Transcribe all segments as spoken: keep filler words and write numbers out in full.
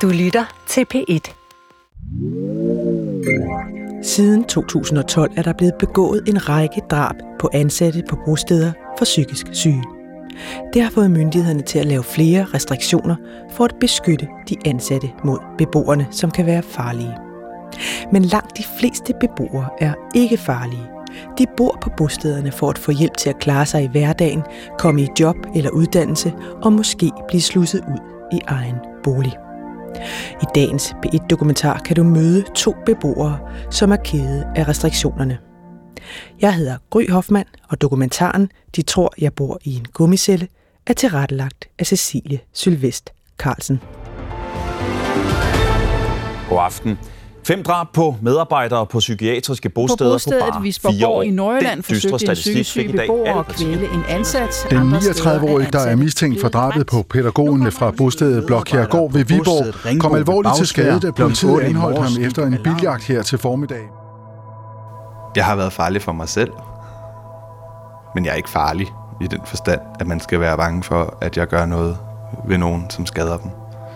Du lytter til P et. Siden to tusind og tolv er der blevet begået en række drab på ansatte på bosteder for psykisk syge. Det har fået myndighederne til at lave flere restriktioner for at beskytte de ansatte mod beboerne, som kan være farlige. Men langt de fleste beboere er ikke farlige. De bor på bostederne for at få hjælp til at klare sig i hverdagen, komme i job eller uddannelse og måske blive slusset ud i egen bolig. I dagens P et-dokumentar kan du møde to beboere, som er kede af restriktionerne. Jeg hedder Gry Hoffmann, og dokumentaren De tror, jeg bor i en gummicelle er tilrettelagt af Cecilie Sylvest Carlsen. God aften. Fem drab på medarbejdere på psykiatriske bosteder på, på bare fire år. I Nordjylland forsøgte en psykisk syg beboer at kvæle en ansat. Den niogtredive-årige, der er mistænkt for drabet på pædagogen fra bostedet Blokjærgård ved Viborg, kom alvorligt til skade, da politiet anholdt ham efter en biljagt her til formiddag. Jeg har været farlig for mig selv, men jeg er ikke farlig i den forstand, at man skal være bange for, at jeg gør noget ved nogen, som skader dem.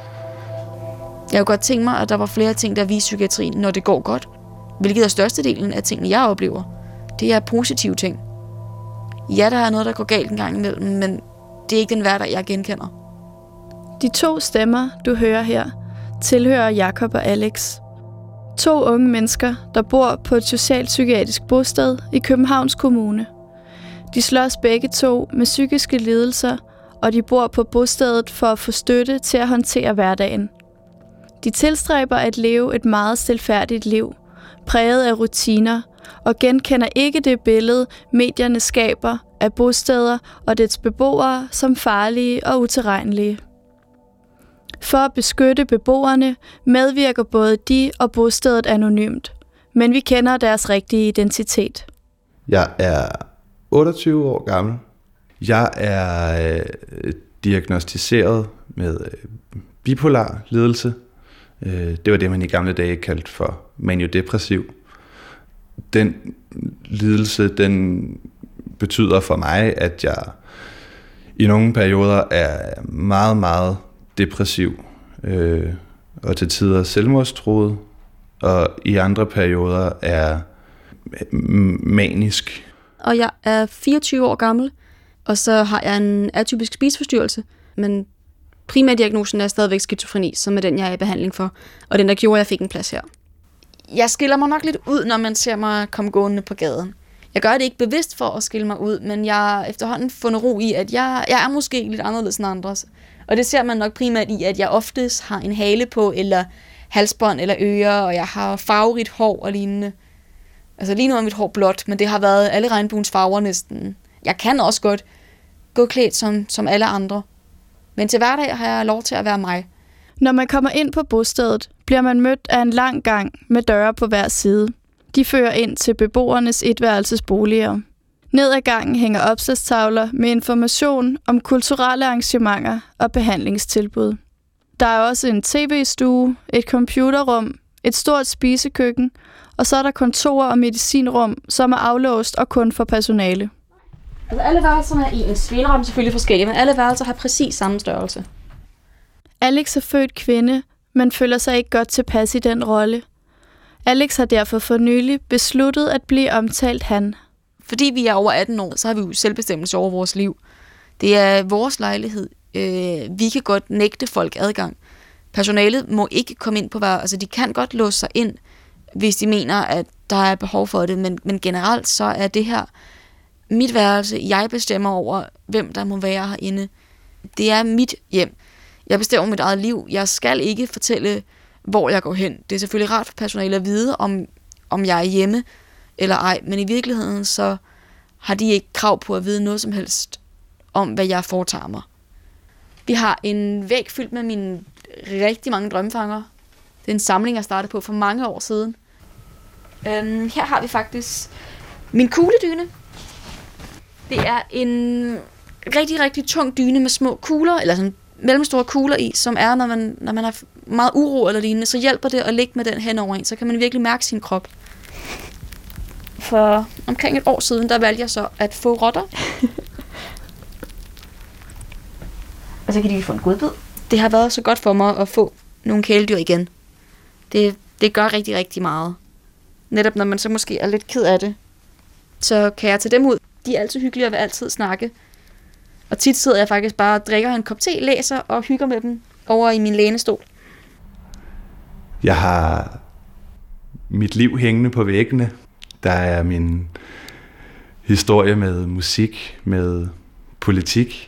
Jeg kunne godt tænke mig, at der var flere ting, der viser psykiatrien, når det går godt. Hvilket er størstedelen af tingene, jeg oplever. Det er positive ting. Ja, der er noget, der går galt en gang imellem, men det er ikke den hverdag, jeg genkender. De to stemmer, du hører her, tilhører Jakob og Alex. To unge mennesker, der bor på et socialpsykiatrisk bosted i Københavns Kommune. De slås begge to med psykiske lidelser, og de bor på bostedet for at få støtte til at håndtere hverdagen. De tilstræber at leve et meget stilfærdigt liv, præget af rutiner, og genkender ikke det billede, medierne skaber af bosteder og dets beboere som farlige og utilregnelige. For at beskytte beboerne medvirker både de og bostedet anonymt, men vi kender deres rigtige identitet. Jeg er otteogtyve år gammel. Jeg er øh, diagnosticeret med øh, bipolar lidelse. Det var det, man i gamle dage kaldte for maniodepressiv. Den lidelse, den betyder for mig, at jeg i nogle perioder er meget, meget depressiv, øh, og til tider selvmordstruet, og i andre perioder er manisk. Og jeg er fireogtyve år gammel, og så har jeg en atypisk spiseforstyrrelse, men primærdiagnosen er stadigvæk skizofreni, som er den, jeg er i behandling for, og den, der gjorde, at jeg fik en plads her. Jeg skiller mig nok lidt ud, når man ser mig komme gående på gaden. Jeg gør det ikke bevidst for at skille mig ud, men jeg har efterhånden fundet ro i, at jeg, jeg er måske lidt anderledes end andres. Og det ser man nok primært i, at jeg oftest har en hale på, eller halsbånd, eller ører, og jeg har farverigt hår og lignende. Altså lige nu er mit hår blåt, men det har været alle regnbuens farver næsten. Jeg kan også godt gå klædt som, som alle andre. Men til hverdag har jeg lov til at være mig. Når man kommer ind på bostedet, bliver man mødt af en lang gang med døre på hver side. De fører ind til beboernes etværelsesboliger. Ned ad gangen hænger opslagstavler med information om kulturelle arrangementer og behandlingstilbud. Der er også en tv-stue, et computerrum, et stort spisekøkken, og så er der kontorer og medicinrum, som er aflåst og kun for personale. Altså alle værelserne er ens. Svinerum er selvfølgelig forskellige, men alle værelser har præcis samme størrelse. Alex er født kvinde, men føler sig ikke godt tilpas i den rolle. Alex har derfor for nylig besluttet at blive omtalt han. Fordi vi er over atten år, så har vi jo selvbestemmelse over vores liv. Det er vores lejlighed. Vi kan godt nægte folk adgang. Personalet må ikke komme ind på hver... Altså de kan godt låse sig ind, hvis de mener, at der er behov for det. Men, men generelt så er det her mit værelse. Jeg bestemmer over, hvem der må være herinde. Det er mit hjem. Jeg bestemmer mit eget liv. Jeg skal ikke fortælle, hvor jeg går hen. Det er selvfølgelig rart for personalet at vide, om, om jeg er hjemme eller ej. Men i virkeligheden så har de ikke krav på at vide noget som helst om, hvad jeg foretager mig. Vi har en væg fyldt med mine rigtig mange drømmefanger. Det er en samling, jeg startede på for mange år siden. Øhm, her har vi faktisk min kugledyne. Det er en rigtig, rigtig tung dyne med små kugler, eller sådan mellemstore kugler i, som er, når man, når man har meget uro eller lignende, så hjælper det at ligge med den hen over en, så kan man virkelig mærke sin krop. For omkring et år siden, der valgte jeg så at få rotter. Og så kan de få en godbid. Det har været så godt for mig at få nogle kæledyr igen. Det, det gør rigtig, rigtig meget. Netop når man så måske er lidt ked af det, så kan jeg tage dem ud. De er altid hyggelige og vil altid snakke. Og tit sidder jeg faktisk bare og drikker en kop te, læser og hygger med dem over i min lænestol. Jeg har mit liv hængende på væggene. Der er min historie med musik, med politik,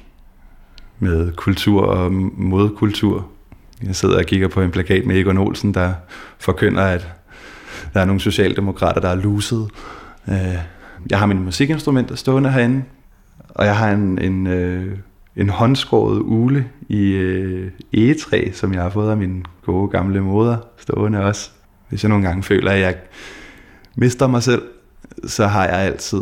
med kultur og modkultur. Jeg sidder og kigger på en plakat med Egon Olsen, der forkynder, at der er nogle socialdemokrater, der er luset. Jeg har mine musikinstrumenter stående herinde, og jeg har en, en, en håndskåret ule i egetræ, som jeg har fået af min gode gamle moder stående også. Hvis jeg nogle gange føler, at jeg mister mig selv, så har jeg altid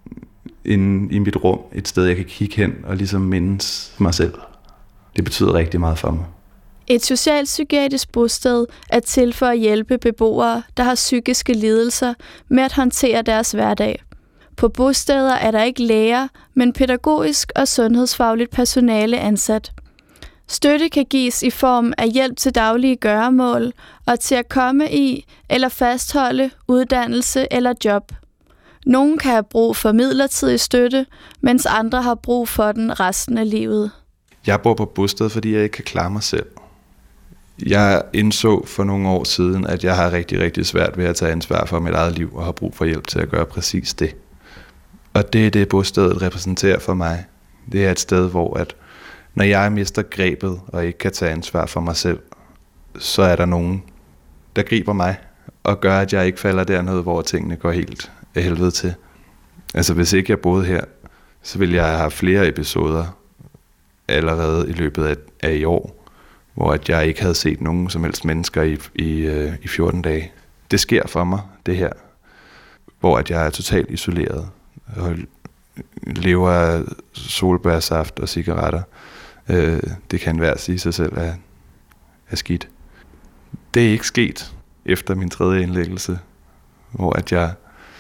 inde i mit rum et sted, jeg kan kigge hen og ligesom mindes mig selv. Det betyder rigtig meget for mig. Et socialpsykiatrisk bosted er til for at hjælpe beboere, der har psykiske lidelser, med at håndtere deres hverdag. På bosteder er der ikke læger, men pædagogisk og sundhedsfagligt personale ansat. Støtte kan gives i form af hjælp til daglige gøremål og til at komme i eller fastholde uddannelse eller job. Nogle kan have brug for midlertidig støtte, mens andre har brug for den resten af livet. Jeg bor på bosted, fordi jeg ikke kan klare mig selv. Jeg indså for nogle år siden, at jeg har rigtig, rigtig svært ved at tage ansvar for mit eget liv og har brug for hjælp til at gøre præcis det. Og det er det, bostedet repræsenterer for mig. Det er et sted, hvor at når jeg mister grebet og ikke kan tage ansvar for mig selv, så er der nogen, der griber mig og gør, at jeg ikke falder dernede, hvor tingene går helt af helvede til. Altså hvis ikke jeg boede her, så ville jeg have flere episoder allerede i løbet af, af i år, hvor at jeg ikke havde set nogen som helst mennesker i, i, øh, i fjorten dage. Det sker for mig, det her, hvor at jeg er totalt isoleret og lever af solbærsaft og cigaretter. Øh, det kan enhver sige sig selv er, er skidt. Det er ikke sket efter min tredje indlæggelse, hvor at jeg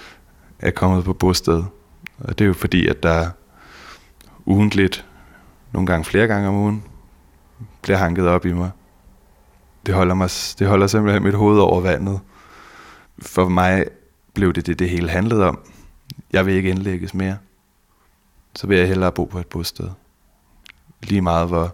er kommet på bosted. Og det er jo fordi, at der ugentligt, nogle gange flere gange om ugen, bliver hanket op i mig. Det holder, mig, det holder simpelthen mit hoved over vandet. For mig blev det det, det hele handlede om. Jeg vil ikke indlægges mere. Så vil jeg hellere bo på et bosted. Lige meget hvor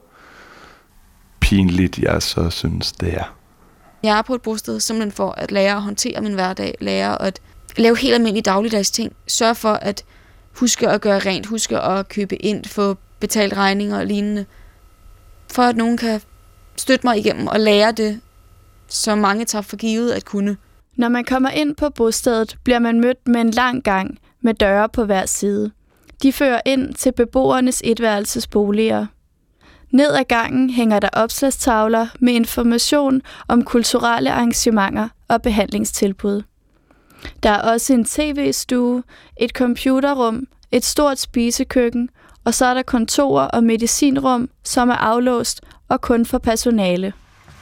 pinligt jeg så synes, det er. Jeg er på et bosted simpelthen for at lære at håndtere min hverdag, lære at lave helt almindelige dagligdags ting, sørge for at huske at gøre rent, huske at købe ind, få betalt regninger og lignende, for at nogen kan støtte mig igennem og lære det, som mange tager for givet at kunne. Når man kommer ind på bostedet, bliver man mødt med en lang gang med døre på hver side. De fører ind til beboernes etværelsesboliger. Ned ad gangen hænger der opslagstavler med information om kulturelle arrangementer og behandlingstilbud. Der er også en tv-stue, et computerrum, et stort spisekøkken, og så er der kontorer og medicinrum, som er aflåst og kun for personale.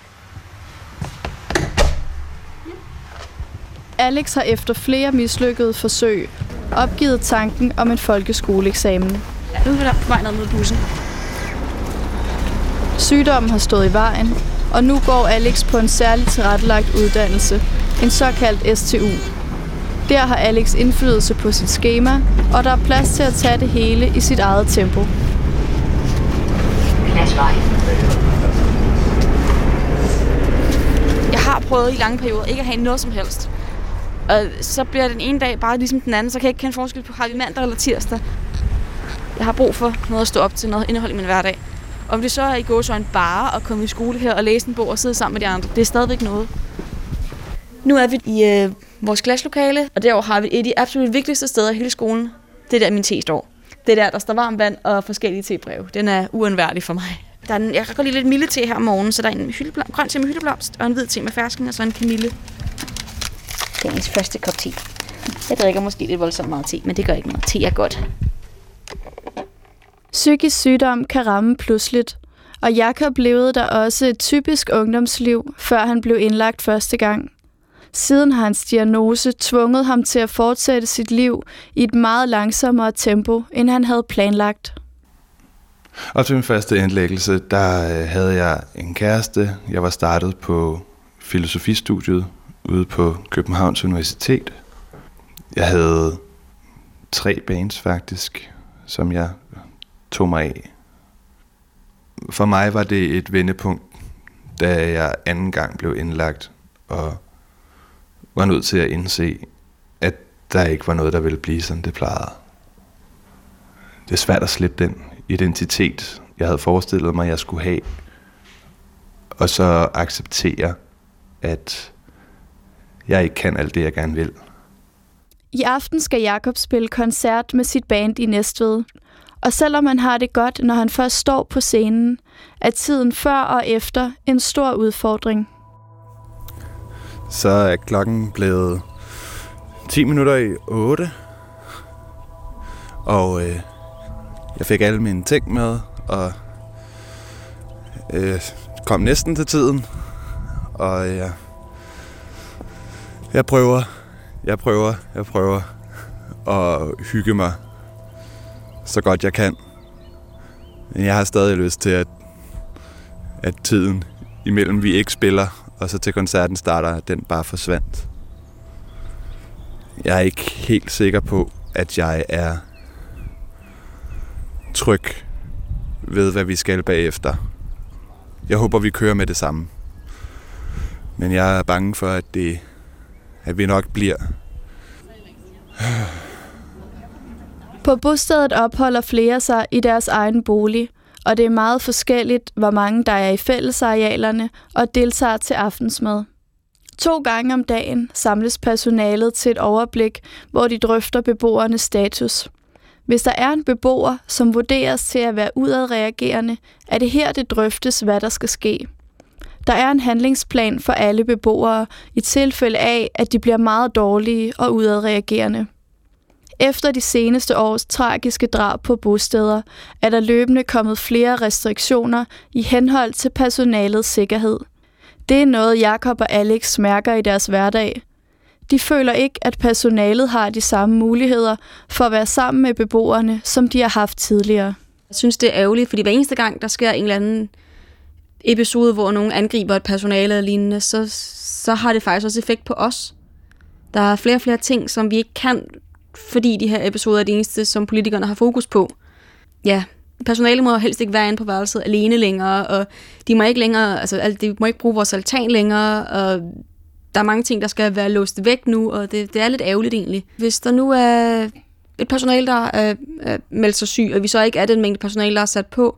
Alex har efter flere mislykkede forsøg opgivet tanken om en folkeskoleeksamen. Ja, nu er der på vej ned mod bussen. Sygdommen har stået i vejen, og nu går Alex på en særligt tilrettelagt uddannelse, en såkaldt S T U. Der har Alex indflydelse på sit skema, og der er plads til at tage det hele i sit eget tempo. Jeg har prøvet i lange perioder ikke at have noget som helst. Og så bliver den ene dag bare ligesom den anden, så kan jeg ikke kende forskel på, har vi mandag eller tirsdag. Jeg har brug for noget at stå op til, noget indhold i min hverdag. Om det så er i gåseøjne bare at komme i skole her og læse en bog og sidde sammen med de andre, det er stadigvæk noget. Nu er vi i øh, vores klasselokale, og derovre har vi et af de absolut vigtigste steder i hele skolen. Det er der min te står. Det er der, der står varmt vand og forskellige tebreve. Den er uundværlig for mig. Der er en, jeg kan godt lide lidt milde te her om morgenen, så der er en grøn te med hyldeblomst og en hvid te med fersken og så en kamille. Det er min første kop te. Jeg drikker måske lidt voldsomt meget te, men det gør ikke noget. Te er godt. Psykisk sygdom kan ramme pludseligt, og Jakob levede der også et typisk ungdomsliv, før han blev indlagt første gang. Siden har hans diagnose tvunget ham til at fortsætte sit liv i et meget langsommere tempo, end han havde planlagt. Og til min første indlæggelse, der havde jeg en kæreste. Jeg var startet på filosofistudiet ude på Københavns Universitet. Jeg havde tre bands faktisk, som jeg tog mig af. For mig var det et vendepunkt, da jeg anden gang blev indlagt og var nødt til at indse, at der ikke var noget, der ville blive, som det plejede. Det er svært at slippe den identitet, jeg havde forestillet mig, jeg skulle have, og så acceptere, at jeg ikke kan alt det, jeg gerne vil. I aften skal Jakob spille koncert med sit band i Næstved. Og selvom han har det godt, når han først står på scenen, er tiden før og efter en stor udfordring. Så er klokken blevet ti minutter i otte, og øh, jeg fik alle mine ting med, og øh, kom næsten til tiden, og øh, jeg prøver, jeg prøver, jeg prøver at hygge mig så godt jeg kan. Men jeg har stadig lyst til, at, at tiden imellem vi ikke spiller, og så til koncerten starter, den bare forsvandt. Jeg er ikke helt sikker på, at jeg er tryg ved, hvad vi skal bagefter. Jeg håber, vi kører med det samme. Men jeg er bange for, at, det, at vi nok bliver. På bostedet opholder flere sig i deres egen bolig, og det er meget forskelligt, hvor mange der er i fællesarealerne og deltager til aftensmad. To gange om dagen samles personalet til et overblik, hvor de drøfter beboernes status. Hvis der er en beboer, som vurderes til at være udadreagerende, er det her, det drøftes, hvad der skal ske. Der er en handlingsplan for alle beboere i tilfælde af, at de bliver meget dårlige og udadreagerende. Efter de seneste års tragiske drab på bosteder, er der løbende kommet flere restriktioner i henhold til personalets sikkerhed. Det er noget, Jakob og Alex mærker i deres hverdag. De føler ikke, at personalet har de samme muligheder for at være sammen med beboerne, som de har haft tidligere. Jeg synes, det er ærgerligt, fordi hver eneste gang, der sker en eller anden episode, hvor nogen angriber et personale eller lignende, så, så har det faktisk også effekt på os. Der er flere og flere ting, som vi ikke kan, fordi de her episoder er det eneste, som politikerne har fokus på. Ja, personalet må helst ikke være inde på værelset alene længere, og de må ikke længere, altså de må ikke bruge vores altan længere, og der er mange ting, der skal være låst væk nu, og det, det er lidt ærgerligt egentlig. Hvis der nu er et personale, der er, er meldt sig syg, og vi så ikke er den mængde personale, der er sat på,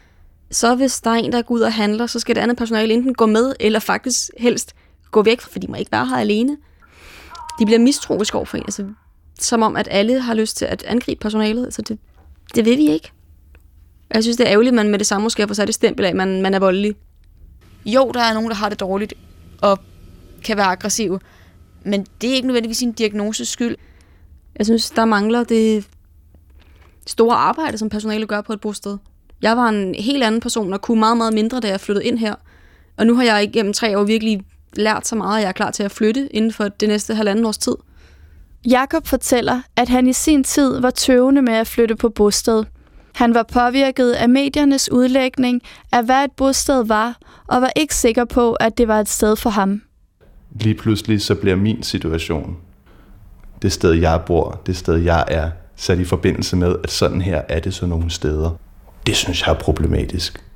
så hvis der er en, der går ud og handler, så skal det andet personale enten gå med, eller faktisk helst gå væk, for de må ikke være her alene. De bliver mistroiske overfor en, altså som om, at alle har lyst til at angribe personalet. Altså det, det vil vi ikke. Jeg synes, det er ærgerligt, at man med det samme måske har fået sat et stempel af, at man, man er voldelig. Jo, der er nogen, der har det dårligt og kan være aggressive, men det er ikke nødvendigvis en diagnoses skyld. Jeg synes, der mangler det store arbejde, som personalet gør på et bosted. Jeg var en helt anden person, og kunne meget, meget mindre, da jeg flyttede ind her. Og nu har jeg igennem tre år virkelig lært så meget, at jeg er klar til at flytte inden for det næste halvanden års tid. Jakob fortæller, at han i sin tid var tøvende med at flytte på bosted. Han var påvirket af mediernes udlægning af, hvad et bosted var, og var ikke sikker på, at det var et sted for ham. Lige pludselig så bliver min situation, det sted jeg bor, det sted jeg er, sat i forbindelse med, at sådan her er det så nogle steder. Det synes jeg er problematisk.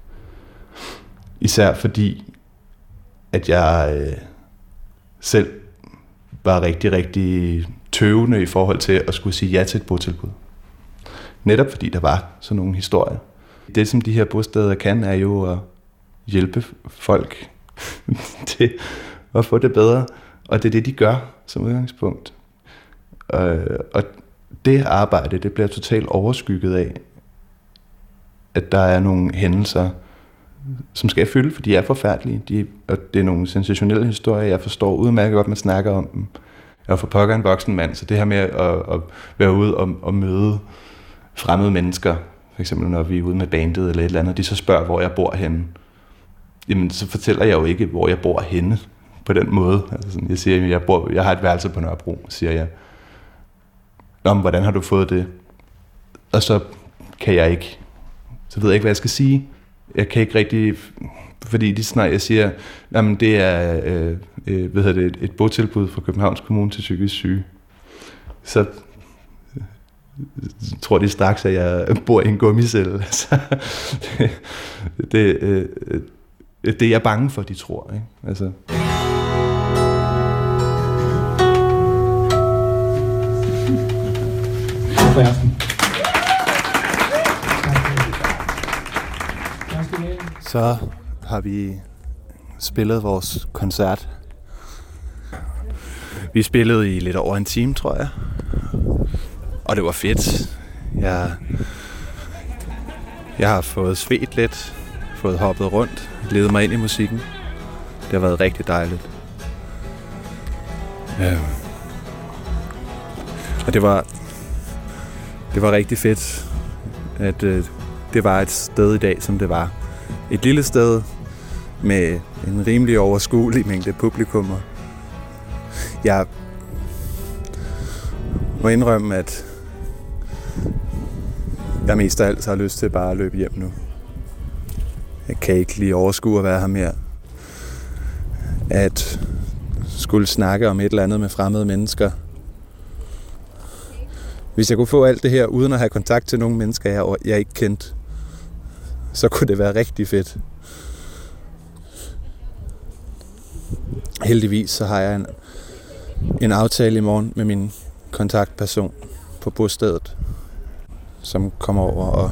Især fordi, at jeg øh, selv var rigtig, rigtig tøvende i forhold til at skulle sige ja til et botilbud. Netop fordi der var sådan nogle historier. Det, som de her bosteder kan, er jo at hjælpe folk til at få det bedre. Og det er det, de gør som udgangspunkt. Og det arbejde, det bliver totalt overskygget af, at der er nogle hændelser, som skal fylde, for de er forfærdelige. De, og det er nogle sensationelle historier, jeg forstår udmærket godt, man snakker om dem. Jeg er for pokker en voksen mand, så det her med at, at være ude og, og møde fremmede mennesker, for eksempel når vi er ude med bandet eller et eller andet, de så spørger, hvor jeg bor henne. Jamen, så fortæller jeg jo ikke, hvor jeg bor henne på den måde. Altså sådan, jeg siger, jeg, bor, jeg har et værelse på Nørrebro, siger jeg. Nå, men hvordan har du fået det? Og så kan jeg ikke, så så ved jeg ikke, hvad jeg skal sige. Jeg kan ikke rigtig, fordi de snart jeg siger, jamen det er øh, øh, hvad hedder det, et, et botilbud fra Københavns Kommune til psykisk syge. Så tror de straks, at jeg bor i en gummicelle. Altså, det, det, øh, det er jeg bange for, de tror. Ikke? Altså. Så har vi spillet vores koncert. Vi spillede i lidt over en time, tror jeg. Og det var fedt. Jeg, jeg har fået svedt lidt, fået hoppet rundt, ledet mig ind i musikken. Det har været rigtig dejligt. Øh. Og det var, det var rigtig fedt, at øh, det var et sted i dag, som det var. Et lille sted med en rimelig overskuelig mængde publikummer. Jeg må indrømme, at jeg mest af alt har lyst til bare at løbe hjem nu. Jeg kan ikke lige overskue at være her mere. At skulle snakke om et eller andet med fremmede mennesker. Hvis jeg kunne få alt det her, uden at have kontakt til nogle mennesker, jeg, jeg ikke kendte, så kunne det være rigtig fedt. Heldigvis så har jeg en, en aftale i morgen med min kontaktperson på bostedet, som kommer over og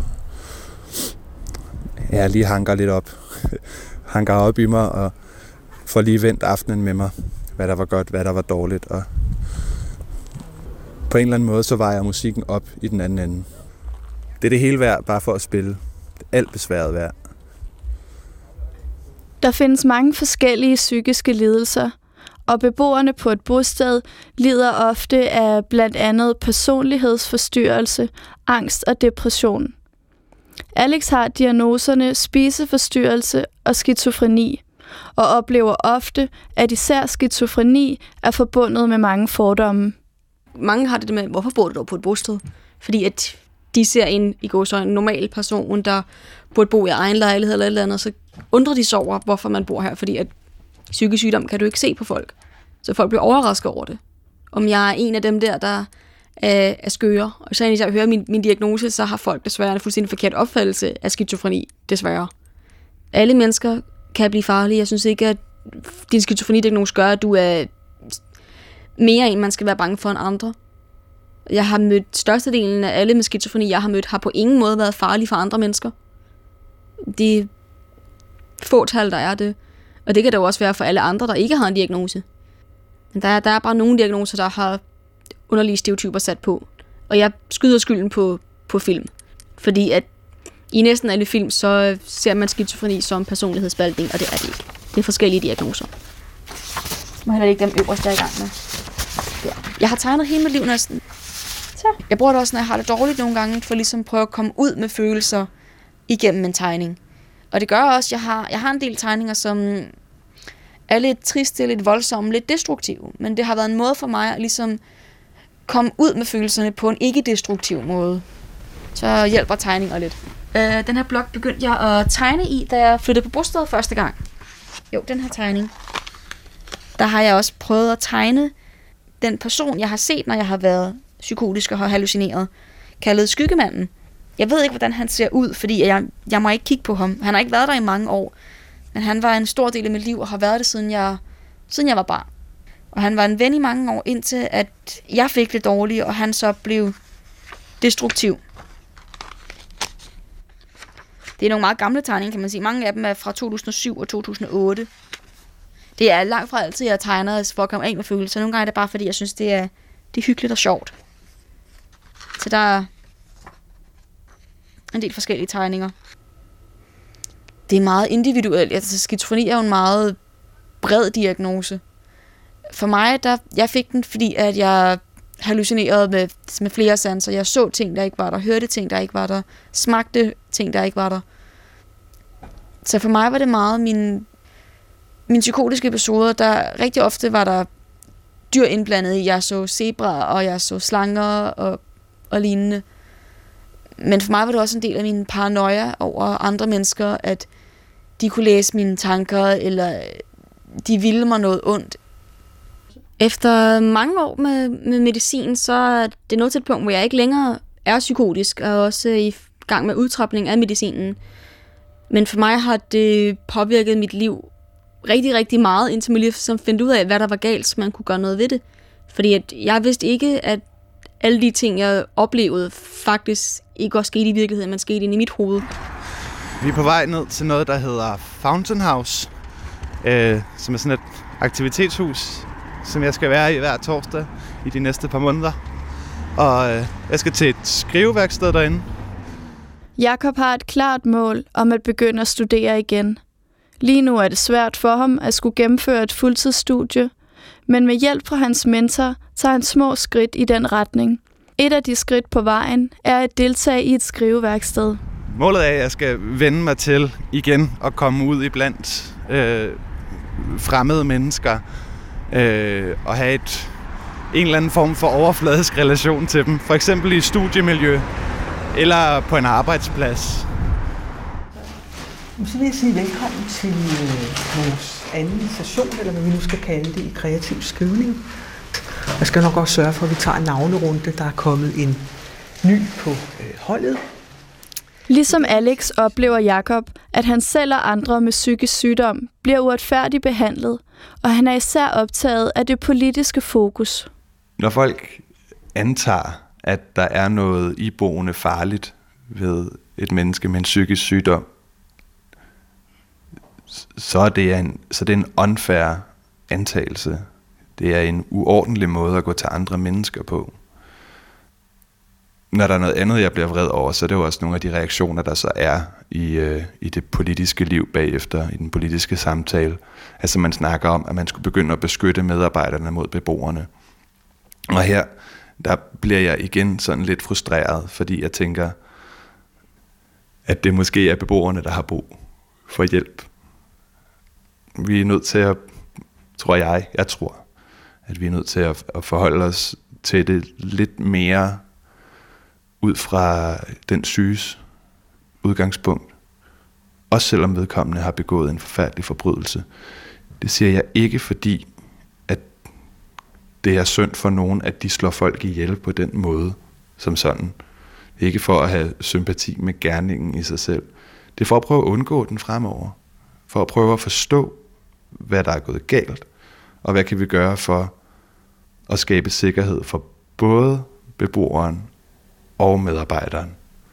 ja, lige hanker lidt op. hanker op i mig og får lige vendt aftenen med mig, hvad der var godt, hvad der var dårligt. Og på en eller anden måde, så vejer musikken op i den anden ende. Det er det hele værd, bare for at spille. Alt besværet værd. Der findes mange forskellige psykiske lidelser, og beboerne på et bosted lider ofte af blandt andet personlighedsforstyrrelse, angst og depression. Alex har diagnoserne spiseforstyrrelse og skizofreni, og oplever ofte, at især skizofreni er forbundet med mange fordomme. Mange har det med, hvorfor bor du dog på et bosted? Fordi at de ser en, i går så en normal person, der burde bo i egen lejlighed eller et eller andet, så undrer de sig over, hvorfor man bor her, fordi at psykisk sygdom kan du ikke se på folk. Så folk bliver overrasket over det. Om jeg er en af dem der, der er, er skøre, og så når jeg hører min, min diagnose, så har folk desværre en fuldstændig forkert opfattelse af skizofreni, desværre. Alle mennesker kan blive farlige. Jeg synes ikke, at din skizofreni-diagnose gør, at du er mere en, man skal være bange for end andre. Jeg har mødt størstedelen af alle med skizofreni, jeg har mødt, har på ingen måde været farlige for andre mennesker. De fåtal, der er det. Og det kan det jo også være for alle andre, der ikke har en diagnose. Men der er, der er bare nogle diagnoser, der har underlige stereotyper sat på. Og jeg skyder skylden på, på film. Fordi at i næsten alle film, så ser man skizofreni som personlighedsspaltning, og det er det ikke. Det er forskellige diagnoser. Jeg må heller ikke dem øverste, jeg er i gang med. Der. Jeg har tegnet hele mit liv næsten. Så. Jeg bruger det også, når jeg har det dårligt nogle gange, for ligesom at prøve at komme ud med følelser igennem en tegning. Og det gør også, at jeg har, jeg har en del tegninger, som er lidt triste, lidt voldsomme, lidt destruktive. Men det har været en måde for mig at ligesom komme ud med følelserne på en ikke-destruktiv måde. Så hjælper tegninger lidt. Øh, den her blok begyndte jeg at tegne i, da jeg flyttede på bostedet første gang. Jo, den her tegning. Der har jeg også prøvet at tegne den person, jeg har set, når jeg har været psykotisk og har hallucineret, kaldet Skyggemanden. Jeg ved ikke, hvordan han ser ud, fordi jeg, jeg må ikke kigge på ham. Han har ikke været der i mange år, men han var en stor del af mit liv og har været det, siden jeg, siden jeg var barn. Og han var en ven i mange år, indtil at jeg fik det dårligt, og han så blev destruktiv. Det er nogle meget gamle tegninger, kan man sige. Mange af dem er fra to tusind og syv og to tusind og otte. Det er langt fra altid, jeg tegner for at komme af med følelser. Nogle gange er det bare, fordi jeg synes, det er, det er hyggeligt og sjovt. Så der er en del forskellige tegninger. Det er meget individuelt. Altså, skizofreni er jo en meget bred diagnose. For mig, der, jeg fik den, fordi at jeg hallucinerede med, med flere sanser. Jeg så ting, der ikke var der. Hørte ting, der ikke var der. Smagte ting, der ikke var der. Så for mig var det meget min, mine psykotiske episoder, der rigtig ofte var der dyr indblandet i. Jeg så zebraer, og jeg så slanger og, og lignende. Men for mig var det også en del af min paranoia over andre mennesker, at de kunne læse mine tanker, eller de ville mig noget ondt. Efter mange år med, med medicin, så er det nået til et punkt, hvor jeg ikke længere er psykotisk, og også i gang med udtrapning af medicinen. Men for mig har det påvirket mit liv rigtig, rigtig meget, indtil mit liv som fandt ud af, hvad der var galt, så man kunne gøre noget ved det. Fordi at jeg vidste ikke, at alle de ting, jeg oplevede, faktisk ikke også skete i virkeligheden, men skete inde i mit hoved. Vi er på vej ned til noget, der hedder Fountain House, øh, som er sådan et aktivitetshus, som jeg skal være i hver torsdag i de næste par måneder. Og øh, jeg skal til et skriveværksted derinde. Jakob har et klart mål om at begynde at studere igen. Lige nu er det svært for ham at skulle gennemføre et fuldtidsstudie, men med hjælp fra hans mentor tager han små skridt i den retning. Et af de skridt på vejen er at deltage i et skriveværksted. Målet er, at jeg skal vende mig til igen og komme ud i blandt øh, fremmede mennesker øh, og have et, en eller anden form for overfladisk relation til dem. For eksempel i studiemiljø eller på en arbejdsplads. Så vil jeg sige velkommen til vores anden session, eller hvad vi nu skal kalde det, i kreativ skrivning. Jeg skal nok også sørge for, at vi tager en navnerunde. Der er kommet en ny på holdet. Ligesom Alex oplever Jakob, at han selv og andre med psykisk sygdom bliver uretfærdigt behandlet, og han er især optaget af det politiske fokus. Når folk antager, at der er noget iboende farligt ved et menneske med en psykisk sygdom, så er det en, så det er en unfair antagelse. Det er en uordentlig måde at gå til andre mennesker på. Når der er noget andet, jeg bliver vred over, så er det jo også nogle af de reaktioner, der så er i, øh, i det politiske liv bagefter, i den politiske samtale. Altså man snakker om, at man skulle begynde at beskytte medarbejderne mod beboerne. Og her, der bliver jeg igen sådan lidt frustreret, fordi jeg tænker, at det måske er beboerne, der har brug for hjælp. Vi er nødt til at, tror jeg, jeg tror, at vi er nødt til at, at forholde os til det lidt mere ud fra den syges udgangspunkt. Også selvom vedkommende har begået en forfærdelig forbrydelse. Det siger jeg ikke, fordi at det er synd for nogen, at de slår folk ihjel på den måde som sådan. Ikke for at have sympati med gerningen i sig selv. Det er for at prøve at undgå den fremover. For at prøve at forstå, hvad der er gået galt, og hvad kan vi gøre for at skabe sikkerhed for både beboeren og medarbejderen.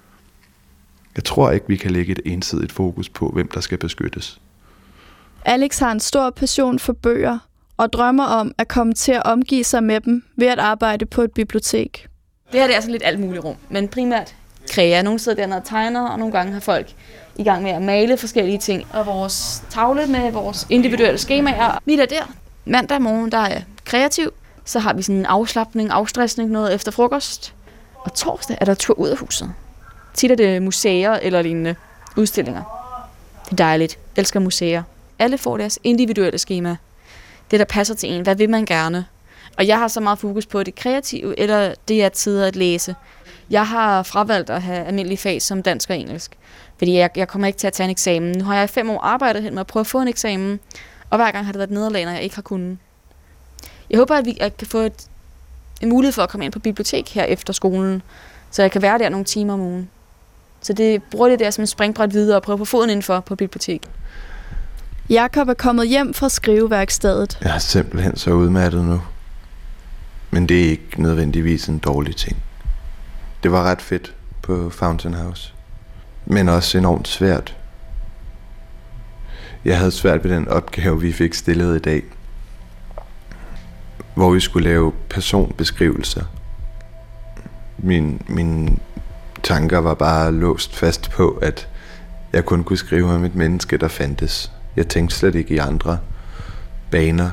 Jeg tror ikke, vi kan lægge et ensidigt fokus på, hvem der skal beskyttes. Alex har en stor passion for bøger og drømmer om at komme til at omgive sig med dem ved at arbejde på et bibliotek. Det her det er altså lidt alt muligt rum, men primært krea. Nogle sidder dernede og tegner, og nogle gange har folk i gang med at male forskellige ting. Og vores tavle med vores individuelle skemaer. Vi er der. Mandag morgen, der er kreativ. Så har vi sådan en afslapning, afstressning, noget efter frokost. Og torsdag er der tur ud af huset. Tit er det museer eller lignende udstillinger. Det er dejligt. Jeg elsker museer. Alle får deres individuelle skema. Det, der passer til en. Hvad vil man gerne? Og jeg har så meget fokus på det kreative, eller det at sidde at læse. Jeg har fravalgt at have almindelige fag som dansk og engelsk. Fordi jeg, jeg kommer ikke til at tage en eksamen. Nu har jeg i fem år arbejdet hen med at prøve at få en eksamen. Og hver gang har det været et nederlag, når jeg ikke har kunnet. Jeg håber, at vi at kan få et, en mulighed for at komme ind på bibliotek her efter skolen. Så jeg kan være der nogle timer om ugen. Så det bruger det der som en springbræt videre og prøve på foden indenfor på bibliotek. Jakob er kommet hjem fra skriveværkstedet. Jeg er simpelthen så udmattet nu. Men det er ikke nødvendigvis en dårlig ting. Det var ret fedt på Fountain House. Men også enormt svært. Jeg havde svært ved den opgave, vi fik stillet i dag. Hvor vi skulle lave personbeskrivelser. Min, mine tanker var bare låst fast på, at jeg kun kunne skrive om et menneske, der fandtes. Jeg tænkte slet ikke i andre baner.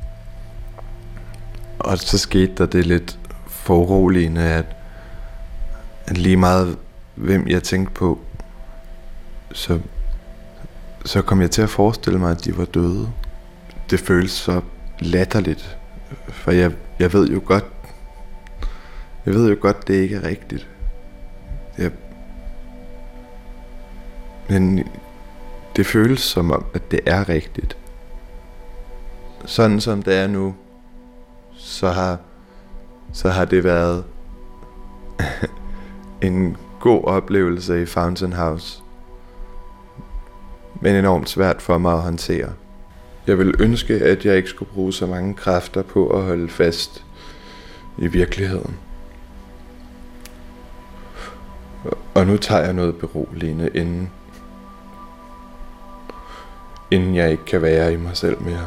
Og så skete der det lidt foruroligende, at, at lige meget hvem jeg tænkte på, så, så kom jeg til at forestille mig, at de var døde. Det føles så latterligt, for jeg, jeg ved jo godt, jeg ved jo godt, det ikke er rigtigt. Jeg, Men det føles som om, at det er rigtigt. Sådan som det er nu, så har, så har det været en god oplevelse i Fountain House, men enormt svært for mig at håndtere. Jeg vil ønske, at jeg ikke skulle bruge så mange kræfter på at holde fast i virkeligheden. Og nu tager jeg noget beroligende, inden, inden jeg ikke kan være i mig selv mere.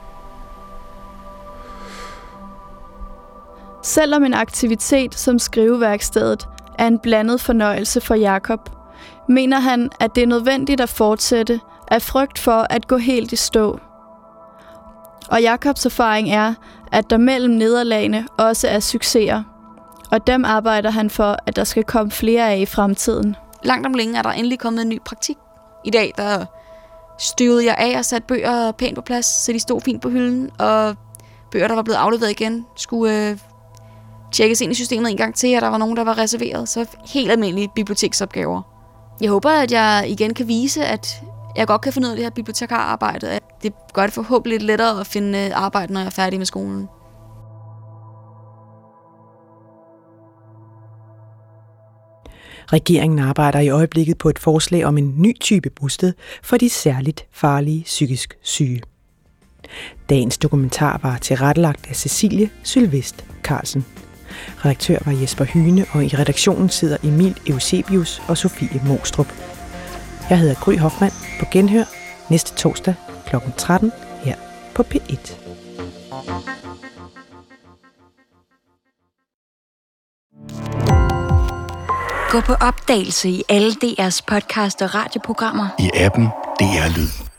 Selvom en aktivitet som skriveværkstedet er en blandet fornøjelse for Jakob, mener han, at det er nødvendigt at fortsætte af frygt for at gå helt i stå. Og Jakobs erfaring er, at der mellem nederlagene også er succeser, og dem arbejder han for, at der skal komme flere af i fremtiden. Langt om længe er der endelig kommet en ny praktik. I dag der støvede jeg af og satte bøger pænt på plads, så de stod fint på hylden, og bøger, der var blevet afleveret igen, skulle øh, tjekkes ind i systemet en gang til, og der var nogen, der var reserveret. Så helt almindelige biblioteksopgaver. Jeg håber, at jeg igen kan vise, at jeg godt kan finde ud af det her bibliotekararbejde. Det gør det forhåbentlig lidt lettere at finde arbejde, når jeg er færdig med skolen. Regeringen arbejder i øjeblikket på et forslag om en ny type bosted for de særligt farlige psykisk syge. Dagens dokumentar var tilrettelagt af Cecilie Sylvest Carlsen. Redaktør var Jesper Hyne, og i redaktionen sidder Emil Eusebius og Sofie Mostrup. Jeg hedder Gry Hoffmann. På genhør næste torsdag klokken tretten her på P et. Gå på opdagelse i alle D R's podcast og radioprogrammer. I appen D R Lyd.